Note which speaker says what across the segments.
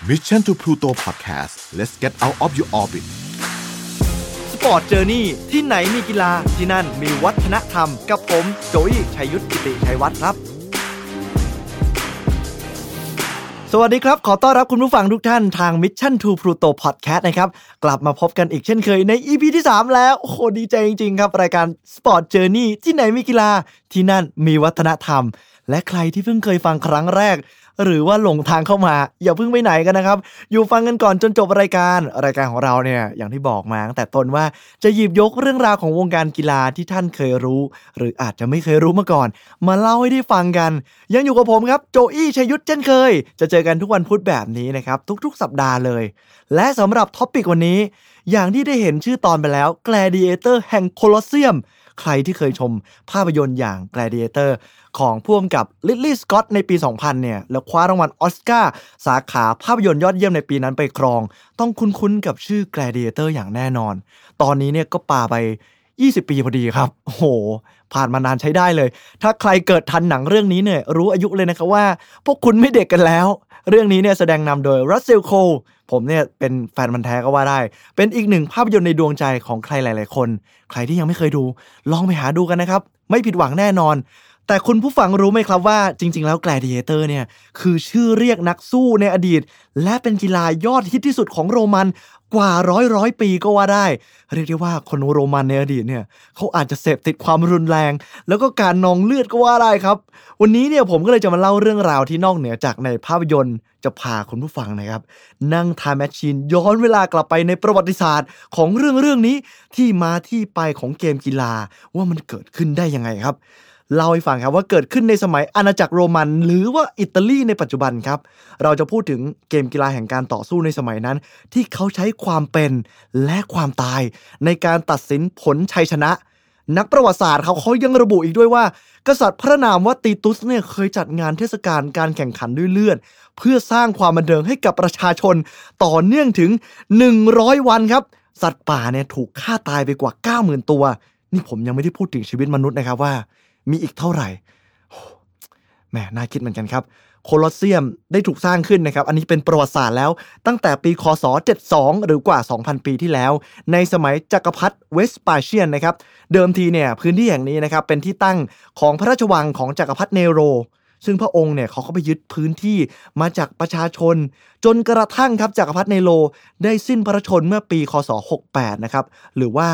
Speaker 1: Mission to Pluto Podcast let's get out of your orbit
Speaker 2: Sport Journey ที่ไหนมีกีฬาที่นั่นมีวัฒนธรรมกับผมโจอี้ชัยยุทธกิติชัยวัฒน์ครับสวัสดีครับขอต้อนรับคุณผู้ฟังทุกท่านทาง Mission to Pluto Podcast นะครับกลับมาพบกันอีกเช่นเคยใน EP ที่3แล้วโอ้โหดีใจจริงๆครับรายการ Sport Journey ที่ไหนมีกีฬาที่นั่นมีวัฒนธรรมและใครที่เพิ่งเคยฟังครั้งแรกหรือว่าหลงทางเข้ามาอย่าเพิ่งไปไหนกันนะครับอยู่ฟังกันก่อนจนจบรายการของเราเนี่ยอย่างที่บอกมาตั้งแต่ต้นว่าจะหยิบยกเรื่องราวของวงการกีฬาที่ท่านเคยรู้หรืออาจจะไม่เคยรู้มาก่อนมาเล่าให้ได้ฟังกันยังอยู่กับผมครับโจอี้ชัยยุทธเช่นเคยจะเจอกันทุกวันพุธแบบนี้นะครับทุกๆสัปดาห์เลยและสำหรับท็อปิกวันนี้อย่างที่ได้เห็นชื่อตอนไปแล้ว Gladiator แห่งโคลอสเซียมใครที่เคยชมภาพยนตร์อย่าง Gladiator ของผู้กำกับลิดลีย์สก็อตในปี 2000 เนี่ยแล้วคว้ารางวัลออสการ์สาขาภาพยนตร์ยอดเยี่ยมในปีนั้นไปครองต้องคุ้นๆกับชื่อ Gladiator อย่างแน่นอนตอนนี้เนี่ยก็ปาไป20 ปีพอดีครับโอ้โหผ่านมานานใช้ได้เลยถ้าใครเกิดทันหนังเรื่องนี้เนี่ยรู้อายุเลยนะครับว่าพวกคุณไม่เด็กกันแล้วเรื่องนี้เนี่ยแสดงนำโดยรัสเซล โคลผมเนี่ยเป็นแฟนพันธุ์แท้ก็ว่าได้เป็นอีกหนึ่งภาพยนตร์ในดวงใจของใครหลายๆคนใครที่ยังไม่เคยดูลองไปหาดูกันนะครับไม่ผิดหวังแน่นอนแต่คุณผู้ฟังรู้ไหมครับว่าจริงๆแล้ว Gladiator เนี่ยคือชื่อเรียกนักสู้ในอดีตและเป็นกีฬายอดฮิตที่สุดของโรมันกว่าร้อยปีก็ว่าได้เรียกได้ว่าคนโรมันในอดีตเนี่ยเขาอาจจะเสพติดความรุนแรงแล้วก็การนองเลือดก็ว่าได้ครับวันนี้เนี่ยผมก็เลยจะมาเล่าเรื่องราวที่นอกเหนือจากในภาพยนตร์จะพาคุณผู้ฟังนะครับนั่งไทม์แมชชีนย้อนเวลากลับไปในประวัติศาสตร์ของเรื่องนี้ที่มาที่ไปของเกมกีฬาว่ามันเกิดขึ้นได้ยังไงครับเล่าให้ฟังครับว่าเกิดขึ้นในสมัยอาณาจักรโรมันหรือว่าอิตาลีในปัจจุบันครับเราจะพูดถึงเกมกีฬาแห่งการต่อสู้ในสมัยนั้นที่เขาใช้ความเป็นและความตายในการตัดสินผลชัยชนะนักประวัติศาสตร์เขายังระบุอีกด้วยว่ากษัตริย์พระนามว่าตีตุสเนี่ยเคยจัดงานเทศกาลการแข่งขันด้วยเลือดเพื่อสร้างความบันเทิงให้กับประชาชนต่อเนื่องถึง100วันครับสัตว์ป่าเนี่ยถูกฆ่าตายไปกว่า 90,000 ตัวนี่ผมยังไม่ได้พูดถึงชีวิตมนุษย์นะครับว่ามีอีกเท่าไหร่แหมน่าคิดเหมือนกันครับโคลอสเซียมได้ถูกสร้างขึ้นนะครับอันนี้เป็นประวัติศาสตร์แล้วตั้งแต่ปีคศ72หรือกว่า 2,000 ปีที่แล้วในสมัยจักรพรรดิเวสปาเชียนนะครับเดิมทีเนี่ยพื้นที่แห่งนี้นะครับเป็นที่ตั้งของพระราชวังของจักรพรรดิเนโรซึ่งพระองค์เนี่ยเขาก็ไปยึดพื้นที่มาจากประชาชนจนกระทั่งครับจักรพรรดิเนโรได้สิ้นพระชนม์เมื่อปีคศ68นะครับหรือว่า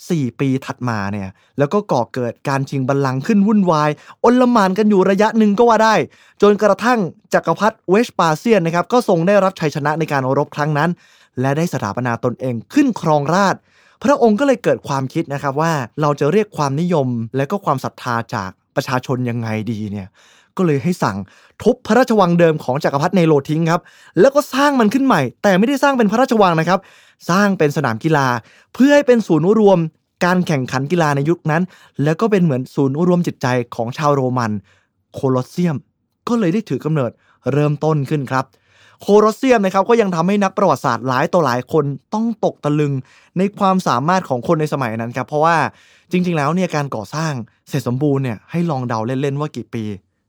Speaker 2: 4 ปีถัดมาเนี่ยแล้วก็ก่อเกิดการชิงบัลลังก์ขึ้นวุ่นวายอลหม่านกันอยู่ระยะหนึ่งก็ว่าได้จนกระทั่งจักรพรรดิเวสปาเซียนนะครับก็ทรงได้รับชัยชนะในการรบครั้งนั้นและได้สถาปนาตนเองขึ้นครองราชย์พระองค์ก็เลยเกิดความคิดนะครับว่าเราจะเรียกความนิยมและก็ความศรัทธาจากประชาชนยังไงดีเนี่ยก็เลยให้สั่งทุบพระราชวังเดิมของจักรพรรดิเนโรทิ้งครับแล้วก็สร้างมันขึ้นใหม่แต่ไม่ได้สร้างเป็นพระราชวังนะครับสร้างเป็นสนามกีฬาเพื่อให้เป็นศูนย์รวมการแข่งขันกีฬาในยุคนั้นแล้วก็เป็นเหมือนศูนย์รวมจิตใจของชาวโรมันโคลอสเซียมก็เลยได้ถือกำเนิดเริ่มต้นขึ้นครับโคลอสเซียมนะครับก็ยังทำให้นักประวัติศาสตร์หลายต่อหลายคนต้องตกตะลึงในความสามารถของคนในสมัยนั้นครับเพราะว่าจริงๆแล้วเนี่ยการก่อสร้างเสร็จสมบูรณ์เนี่ยให้ลองเดาเล่นๆว่ากี่ปี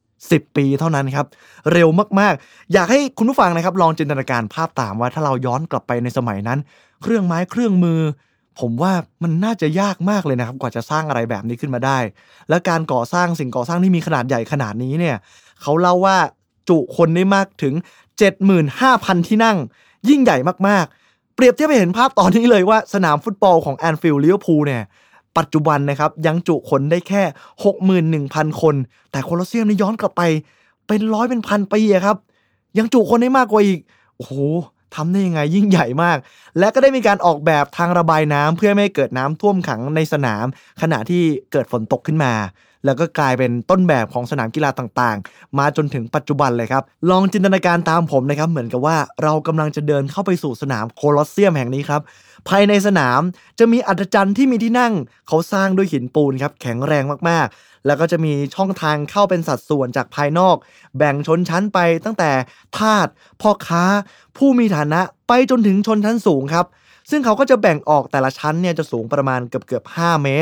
Speaker 2: 10 ปีเท่านั้นครับเร็วมากๆอยากให้คุณผู้ฟังนะครับลองจินตนาการภาพตามว่าถ้าเราย้อนกลับไปในสมัยนั้นเครื่องไม้เครื่องมือผมว่ามันน่าจะยากมากเลยนะครับกว่าจะสร้างอะไรแบบนี้ขึ้นมาได้และการก่อสร้างสิ่งก่อสร้างที่มีขนาดใหญ่ขนาดนี้เนี่ยเขาเล่าว่าจุคนได้มากถึง 75,000 ที่นั่งยิ่งใหญ่มากๆเปรียบเทียบให้เห็นภาพตอนนี้เลยว่าสนามฟุตบอลของแอนฟิลด์ลิเวอร์พูลเนี่ยปัจจุบันนะครับยังจุคนได้แค่ 61,000 คนแต่โคลอสเซียมนี่ย้อนกลับไปเป็นร้อยเป็นพันปีครับยังจุคนได้มากกว่าอีกโอ้โหทำได้ยังไงยิ่งใหญ่มากและก็ได้มีการออกแบบทางระบายน้ำเพื่อไม่ให้เกิดน้ำท่วมขังในสนามขณะที่เกิดฝนตกขึ้นมาแล้วก็กลายเป็นต้นแบบของสนามกีฬาต่างๆมาจนถึงปัจจุบันเลยครับลองจินตนาการตามผมนะครับเหมือนกับว่าเรากำลังจะเดินเข้าไปสู่สนามโคลอสเซียมแห่งนี้ครับภายในสนามจะมีอัฐจันทร์ที่มีที่นั่งเขาสร้างด้วยหินปูนครับแข็งแรงมากๆแล้วก็จะมีช่องทางเข้าเป็นสัดส่วนจากภายนอกแบ่งชนชั้นไปตั้งแต่ทาสพ่อค้าผู้มีฐานะไปจนถึงชนชั้นสูงครับซึ่งเขาก็จะแบ่งออกแต่ละชั้นเนี่ยจะสูงประมาณเกือบ5 เมตร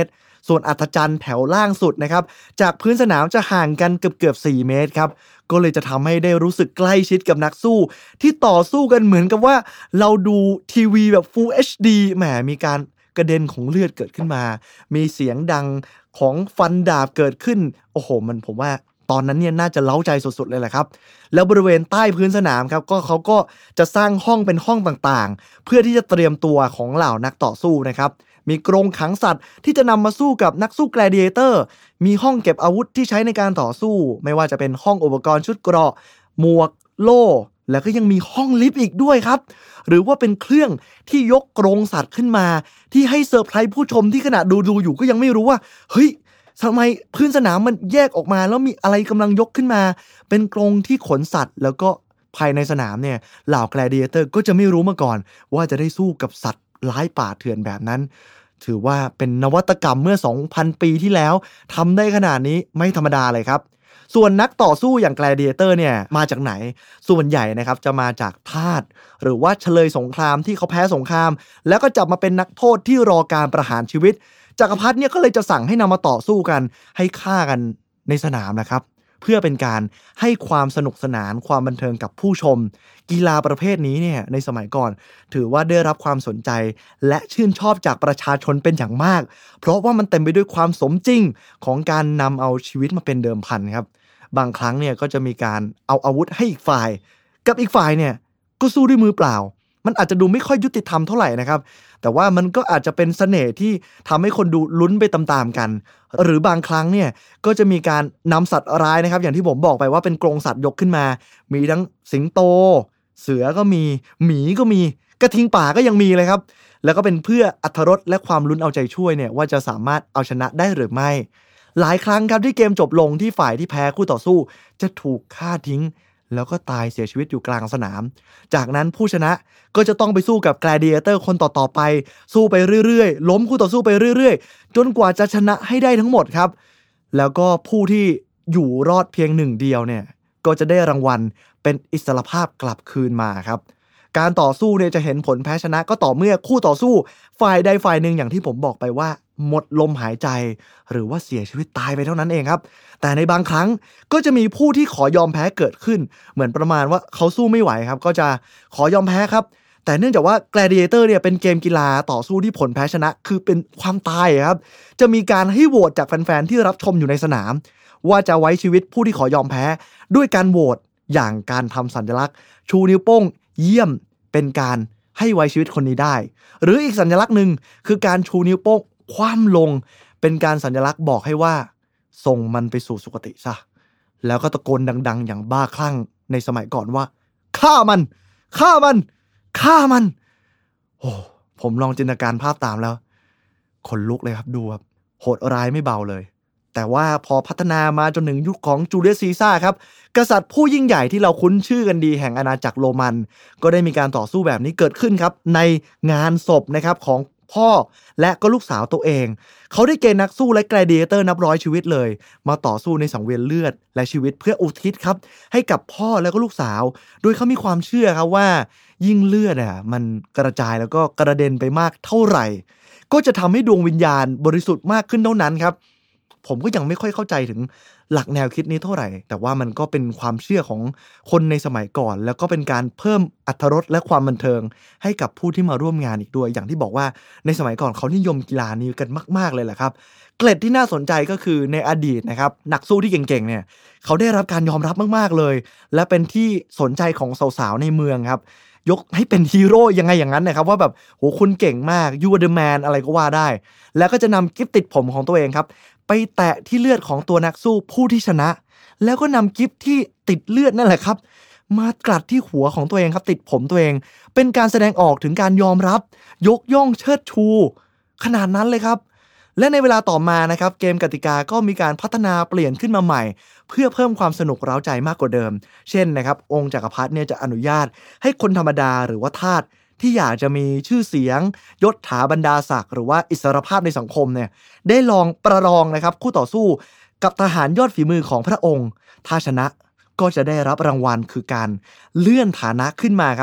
Speaker 2: ส่วนอัฐจันทร์แถวล่างสุดนะครับจากพื้นสนามจะห่างกันเกือบ4 เมตรครับก็เลยจะทำให้ได้รู้สึกใกล้ชิดกับนักสู้ที่ต่อสู้กันเหมือนกับว่าเราดูทีวีแบบ Full HD แหมมีการกระเด็นของเลือดเกิดขึ้นมามีเสียงดังของฟันดาบเกิดขึ้นโอ้โหผมว่าตอนนั้นเนี่ยน่าจะเล้าใจสุดๆเลยแหละครับแล้วบริเวณใต้พื้นสนามครับก็เขาก็จะสร้างห้องเป็นห้องต่างๆเพื่อที่จะเตรียมตัวของเหล่านักต่อสู้นะครับมีกรงขังสัตว์ที่จะนำมาสู้กับนักสู้ Gladiator มีห้องเก็บอาวุธที่ใช้ในการต่อสู้ไม่ว่าจะเป็นห้องอุปกรณ์ชุดเกราะหมวกโล่แล้วก็ยังมีห้องลิฟต์อีกด้วยครับหรือว่าเป็นเครื่องที่ยกกรงสัตว์ขึ้นมาที่ให้เซอร์ไพรส์ผู้ชมที่ขณะดูอยู่ก็ยังไม่รู้ว่าเฮ้ยทำไมพื้นสนามมันแยกออกมาแล้วมีอะไรกำลังยกขึ้นมาเป็นกรงที่ขนสัตว์แล้วก็ภายในสนามเนี่ยเหล่า Gladiator ก็จะไม่รู้มาก่อนว่าจะได้สู้กับสัตว์ร้ายป่าเถื่อนแบบนั้นถือว่าเป็นนวัตกรรมเมื่อ 2,000 ปีที่แล้วทำได้ขนาดนี้ไม่ธรรมดาเลยครับส่วนนักต่อสู้อย่าง Gladiator เนี่ยมาจากไหนส่วนใหญ่นะครับจะมาจากทาสหรือว่าเฉลยสงครามที่เขาแพ้สงครามแล้วก็จับมาเป็นนักโทษที่รอการประหารชีวิตจักรพรรดิเนี่ยก็เลยจะสั่งให้นำมาต่อสู้กันให้ฆ่ากันในสนามนะครับเพื่อเป็นการให้ความสนุกสนานความบันเทิงกับผู้ชมกีฬาประเภทนี้เนี่ยในสมัยก่อนถือว่าได้รับความสนใจและชื่นชอบจากประชาชนเป็นอย่างมากเพราะว่ามันเต็มไปด้วยความสมจริงของการนำเอาชีวิตมาเป็นเดิมพันครับบางครั้งเนี่ยก็จะมีการเอาอาวุธให้อีกฝ่ายกับอีกฝ่ายเนี่ยก็สู้ด้วยมือเปล่ามันอาจจะดูไม่ค่อยยุติธรรมเท่าไหร่นะครับแต่ว่ามันก็อาจจะเป็นเสน่ห์ที่ทำให้คนดูลุ้นไปตามๆกันหรือบางครั้งเนี่ยก็จะมีการนำสัตว์ร้ายนะครับอย่างที่ผมบอกไปว่าเป็นกรงสัตว์ยกขึ้นมามีทั้งสิงโตเสือก็มีหมีก็มีกระทิงป่าก็ยังมีเลยครับแล้วก็เป็นเพื่ออรรถรสและความลุ้นเอาใจช่วยเนี่ยว่าจะสามารถเอาชนะได้หรือไม่หลายครั้งครับที่เกมจบลงที่ฝ่ายที่แพ้คู่ต่อสู้จะถูกฆ่าทิ้งแล้วก็ตายเสียชีวิตอยู่กลางสนามจากนั้นผู้ชนะก็จะต้องไปสู้กับ Gladiator คนต่อๆไปสู้ไปเรื่อยๆล้มคู่ต่อสู้ไปเรื่อยๆจนกว่าจะชนะให้ได้ทั้งหมดครับแล้วก็ผู้ที่อยู่รอดเพียงหนึ่งเดียวเนี่ยก็จะได้รางวัลเป็นอิสรภาพกลับคืนมาครับการต่อสู้เนี่ยจะเห็นผลแพ้ชนะก็ต่อเมื่อคู่ต่อสู้ฝ่ายใดฝ่ายหนึ่งอย่างที่ผมบอกไปว่าหมดลมหายใจหรือว่าเสียชีวิตตายไปเท่านั้นเองครับแต่ในบางครั้งก็จะมีผู้ที่ขอยอมแพ้เกิดขึ้นเหมือนประมาณว่าเขาสู้ไม่ไหวครับก็จะขอยอมแพ้ครับแต่เนื่องจากว่า Gladiator เนี่ยเป็นเกมกีฬาต่อสู้ที่ผลแพ้ชนะคือเป็นความตายครับจะมีการให้โหวตจากแฟนๆที่รับชมอยู่ในสนามว่าจะไว้ชีวิตผู้ที่ขอยอมแพ้ด้วยการโหวตอย่างการทำสัญลักษณ์ชูนิ้วโป้งเยี่ยมเป็นการให้ไว้ชีวิตคนนี้ได้หรืออีกสัญลักษณ์หนึ่งคือการชูนิ้วโป้งคว่ำลงเป็นการสัญลักษณ์บอกให้ว่าส่งมันไปสู่สุคติซะแล้วก็ตะโกนดังๆอย่างบ้าคลั่งในสมัยก่อนว่าฆ่ามันฆ่ามันฆ่ามันโอ้ผมลองจินตนาการภาพตามแล้วขนลุกเลยครับดูครับโหดร้ายไม่เบาเลยแต่ว่าพอพัฒนามาจนถึงยุคของจูเลียสซีซ่าร์ครับกษัตริย์ผู้ยิ่งใหญ่ที่เราคุ้นชื่อกันดีแห่งอาณาจักรโรมันก็ได้มีการต่อสู้แบบนี้เกิดขึ้นครับในงานศพนะครับของพ่อและก็ลูกสาวตัวเองเขาได้เกณฑ์นักสู้และ Gladiator นับร้อยชีวิตเลยมาต่อสู้ในสังเวียนเลือดและชีวิตเพื่ออุทิศครับให้กับพ่อแล้วก็ลูกสาวโดยเขามีความเชื่อครับว่ายิ่งเลือดมันกระจายแล้วก็กระเด็นไปมากเท่าไหร่ก็จะทำให้ดวงวิญญาณบริสุทธิ์มากขึ้นเท่านั้นครับผมก็ยังไม่ค่อยเข้าใจถึงหลักแนวคิดนี้เท่าไหร่แต่ว่ามันก็เป็นความเชื่อของคนในสมัยก่อนแล้วก็เป็นการเพิ่มอรรถรสและความบันเทิงให้กับผู้ที่มาร่วมงานอีกด้วยอย่างที่บอกว่าในสมัยก่อนเขานิยมกีฬานี้กันมากๆเลยแหละครับเกร็ดที่น่าสนใจก็คือในอดีตนะครับนักสู้ที่เก่งๆเนี่ยเขาได้รับการยอมรับมากๆเลยและเป็นที่สนใจของสาวๆในเมืองครับยกให้เป็นฮีโร่ยังไงอย่างนั้นนะครับว่าแบบโหคุณเก่งมาก You are the man อะไรก็ว่าได้แล้วก็จะนำกิฟต์ติดผมของตัวเองครับไปแตะที่เลือดของตัวนักสู้ผู้ที่ชนะแล้วก็นำกิฟต์ที่ติดเลือดนั่นแหละครับมากลัดที่หัวของตัวเองครับติดผมตัวเองเป็นการแสดงออกถึงการยอมรับยกย่องเชิดชูขนาดนั้นเลยครับและในเวลาต่อมานะครับเกมกติกาก็มีการพัฒนาเปลี่ยนขึ้นมาใหม่เพื่อเพิ่มความสนุกเร้าใจมากกว่าเดิมเช่นนะครับองค์จักรพรรดิเนี่ยจะอนุญาตให้คนธรรมดาหรือว่าทาสที่อยากจะมีชื่อเสียงยศถาบรรดาศักดิ์หรือว่าอิสรภาพในสังคมเนี่ยได้ลองประลองนะครับคู่ต่อสู้กับทหารยอดฝีมือของพระองค์ ถ้าชนะก็จะได้รับรางวัลคือการเลื่อนฐานะขึ้นมาครับ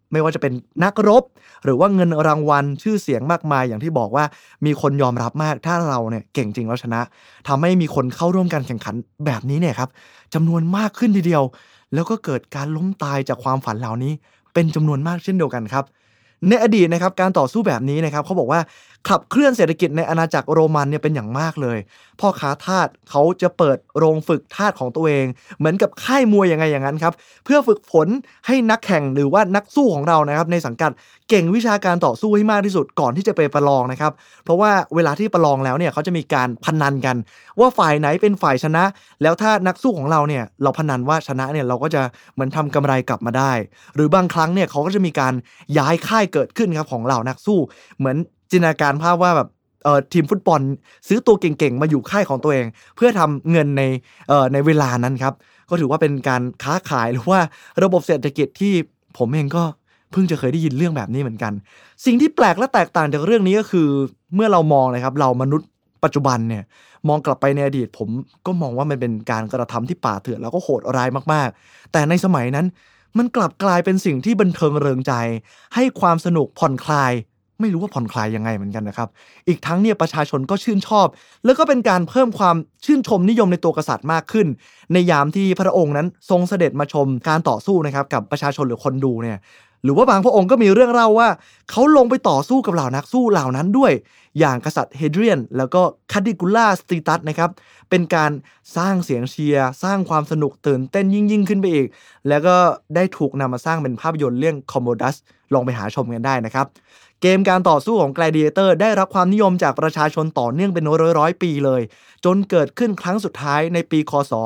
Speaker 2: ไม่ว่าจะเป็นนักรบหรือว่าเงินรางวัลชื่อเสียงมากมายอย่างที่บอกว่ามีคนยอมรับมากถ้าเราเนี่ยเก่งจริงแล้วชนะทำให้มีคนเข้าร่วมการแข่งขันแบบนี้เนี่ยครับจำนวนมากขึ้นทีเดียวแล้วก็เกิดการล้มตายจากความฝันเหล่านี้เป็นจำนวนมากเช่นเดียวกันครับในอดีตนะครับการต่อสู้แบบนี้นะครับเขาบอกว่าขับเคลื่อนเศรษฐกิจในอาณาจักรโรมันเนี่ยเป็นอย่างมากเลยพ่อค้าทาสเขาจะเปิดโรงฝึกทาสของตัวเองเหมือนกับค่ายมวยยังไงอย่างนั้นครับเพื่อฝึกฝนให้นักแข่งหรือว่านักสู้ของเรานะครับในสังกัดเก่งวิชาการต่อสู้ให้มากที่สุดก่อนที่จะไปประลองนะครับเพราะว่าเวลาที่ประลองแล้วเนี่ยเขาจะมีการพนันกันว่าฝ่ายไหนเป็นฝ่ายชนะแล้วถ้านักสู้ของเราเนี่ยเราพนันว่าชนะเนี่ยเราก็จะเหมือนทำกำไรกลับมาได้หรือบางครั้งเนี่ยเขาก็จะมีการย้ายค่ายเกิดขึ้นครับของเหล่านักสู้เหมือนจินตนาการภาพว่าแบบทีมฟุตบอลซื้อตัวเก่งๆมาอยู่ค่ายของตัวเองเพื่อทำเงินในเวลานั้นครับก็ถือว่าเป็นการค้าขายหรือว่าระบบเศรษฐกิจที่ผมเองก็เพิ่งจะเคยได้ยินเรื่องแบบนี้เหมือนกันสิ่งที่แปลกและแตกต่างจากเรื่องนี้ก็คือเมื่อเรามองนะครับเรามนุษย์ปัจจุบันเนี่ยมองกลับไปในอดีตผมก็มองว่ามันเป็นการกระทำที่ป่าเถื่อนแล้วก็โหดร้ายมากๆแต่ในสมัยนั้นมันกลับกลายเป็นสิ่งที่บันเทิงเริงใจให้ความสนุกผ่อนคลายไม่รู้ว่าผ่อนคลายยังไงเหมือนกันนะครับอีกทั้งเนี่ยประชาชนก็ชื่นชอบแล้วก็เป็นการเพิ่มความชื่นชมนิยมในตัวกษัตริย์มากขึ้นในยามที่พระองค์นั้นทรงเสด็จมาชมการต่อสู้นะครับกับประชาชนหรือคนดูเนี่ยหรือว่าบางพระองค์ก็มีเรื่องเล่าว่าเขาลงไปต่อสู้กับเหล่านักสู้เหล่านั้นด้วยอย่างกษัตริย์เฮเดรียนแล้วก็คาดิกูล่าสตรีตัสนะครับเป็นการสร้างเสียงเชียร์สร้างความสนุกตื่นเต้นยิ่งขึ้นไปอีกแล้วก็ได้ถูกนำมาสร้างเป็นภาพยนตร์เรื่องคอมโมดัสลองไปหาชมกันได้นะครับเกมการต่อสู้ของ Gladiator ได้รับความนิยมจากประชาชนต่อเนื่องเป็นร้อยปีเลยจนเกิดขึ้นครั้งสุดท้ายในปีคศ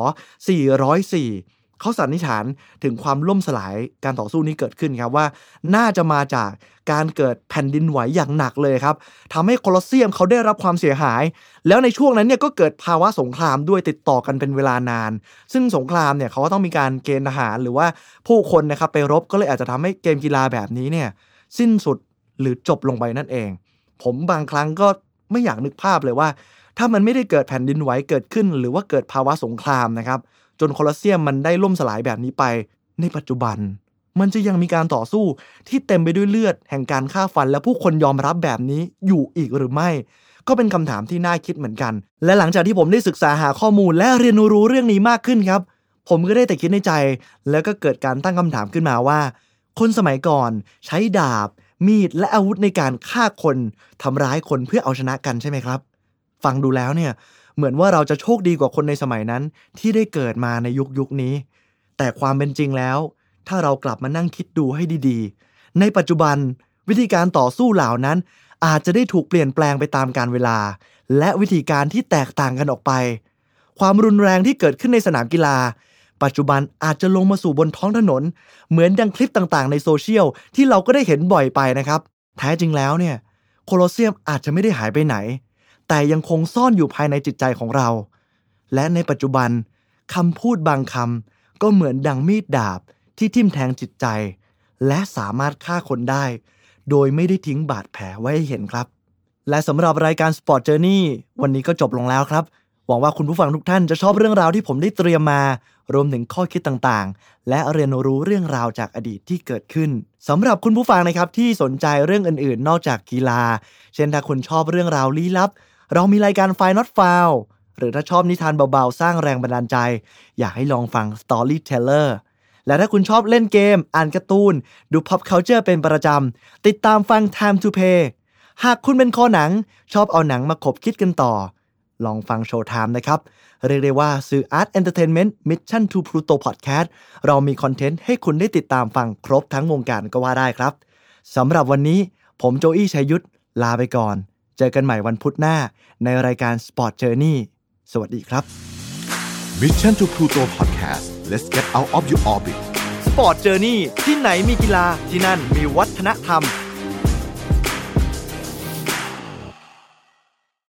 Speaker 2: 404เขาสันนิษฐานถึงความล่มสลายการต่อสู้นี้เกิดขึ้นครับว่าน่าจะมาจากการเกิดแผ่นดินไหวอย่างหนักเลยครับทำให้โคลอสเซียมเขาได้รับความเสียหายแล้วในช่วงนั้นเนี่ยก็เกิดภาวะสงครามด้วยติดต่อกันเป็นเวลานานซึ่งสงครามเนี่ยเขาก็ต้องมีการเกณฑ์ทหารหรือว่าผู้คนนะครับไปรบก็เลยอาจจะทำให้เกมกีฬาแบบนี้เนี่ยสิ้นสุดหรือจบลงไปนั่นเองผมบางครั้งก็ไม่อยากนึกภาพเลยว่าถ้ามันไม่ได้เกิดแผ่นดินไหวเกิดขึ้นหรือว่าเกิดภาวะสงครามนะครับจนโคลอสเซียมมันได้ล่มสลายแบบนี้ไปในปัจจุบันมันจะยังมีการต่อสู้ที่เต็มไปด้วยเลือดแห่งการฆ่าฟันและผู้คนยอมรับแบบนี้อยู่อีกหรือไม่ก็เป็นคำถามที่น่าคิดเหมือนกันและหลังจากที่ผมได้ศึกษาหาข้อมูลและเรียนรู้เรื่องนี้มากขึ้นครับผมก็ได้แต่คิดในใจแล้วก็เกิดการตั้งคำถามขึ้นมาว่าคนสมัยก่อนใช้ดาบมีดและอาวุธในการฆ่าคนทำร้ายคนเพื่อเอาชนะกันใช่ไหมครับฟังดูแล้วเนี่ยเหมือนว่าเราจะโชคดีกว่าคนในสมัยนั้นที่ได้เกิดมาในยุคนี้แต่ความเป็นจริงแล้วถ้าเรากลับมานั่งคิดดูให้ดีๆในปัจจุบันวิธีการต่อสู้เหล่านั้นอาจจะได้ถูกเปลี่ยนแปลงไปตามกาลเวลาและวิธีการที่แตกต่างกันออกไปความรุนแรงที่เกิดขึ้นในสนามกีฬาปัจจุบันอาจจะลงมาสู่บนท้องถนนเหมือนดังคลิปต่างๆในโซเชียลที่เราก็ได้เห็นบ่อยไปนะครับแท้จริงแล้วเนี่ยโคลอสเซียมอาจจะไม่ได้หายไปไหนแต่ยังคงซ่อนอยู่ภายในจิตใจของเราและในปัจจุบันคำพูดบางคำก็เหมือนดังมีดดาบที่ทิ่มแทงจิตใจและสามารถฆ่าคนได้โดยไม่ได้ทิ้งบาดแผลไว้ให้เห็นครับและสำหรับรายการ Sport Journey วันนี้ก็จบลงแล้วครับหวังว่าคุณผู้ฟังทุกท่านจะชอบเรื่องราวที่ผมได้เตรียมมารวมถึงข้อคิดต่างๆและเรียนรู้เรื่องราวจากอดีตที่เกิดขึ้นสำหรับคุณผู้ฟังนะครับที่สนใจเรื่องอื่นๆนอกจากกีฬาเช่นถ้าคุณชอบเรื่องราวลี้ลับเรามีรายการ File Not Found หรือถ้าชอบนิทานเบาๆสร้างแรงบันดาลใจอยากให้ลองฟัง Storyteller และถ้าคุณชอบเล่นเกมอ่านการ์ตูนดู Pop Culture เป็นประจำติดตามฟัง Time to Play หากคุณเป็นคอหนังชอบเอาหนังมาขบคิดกันต่อลองฟัง Showtime นะครับเรียกได้ว่าสื่อ Art Entertainment Mission to Pluto Podcast เรามีคอนเทนต์ให้คุณได้ติดตามฟังครบทั้งวงการก็ว่าได้ครับสำหรับวันนี้ผมโจอี้ชัยยุทธลาไปก่อนเจอกันใหม่วันพุธหน้าในรายการ Sport Journey สวัสดีครับ
Speaker 1: Mission to Pluto Podcast let's get out of your orbit
Speaker 2: Sport Journey ที่ไหนมีกีฬาที่นั่นมีวัฒนธรรม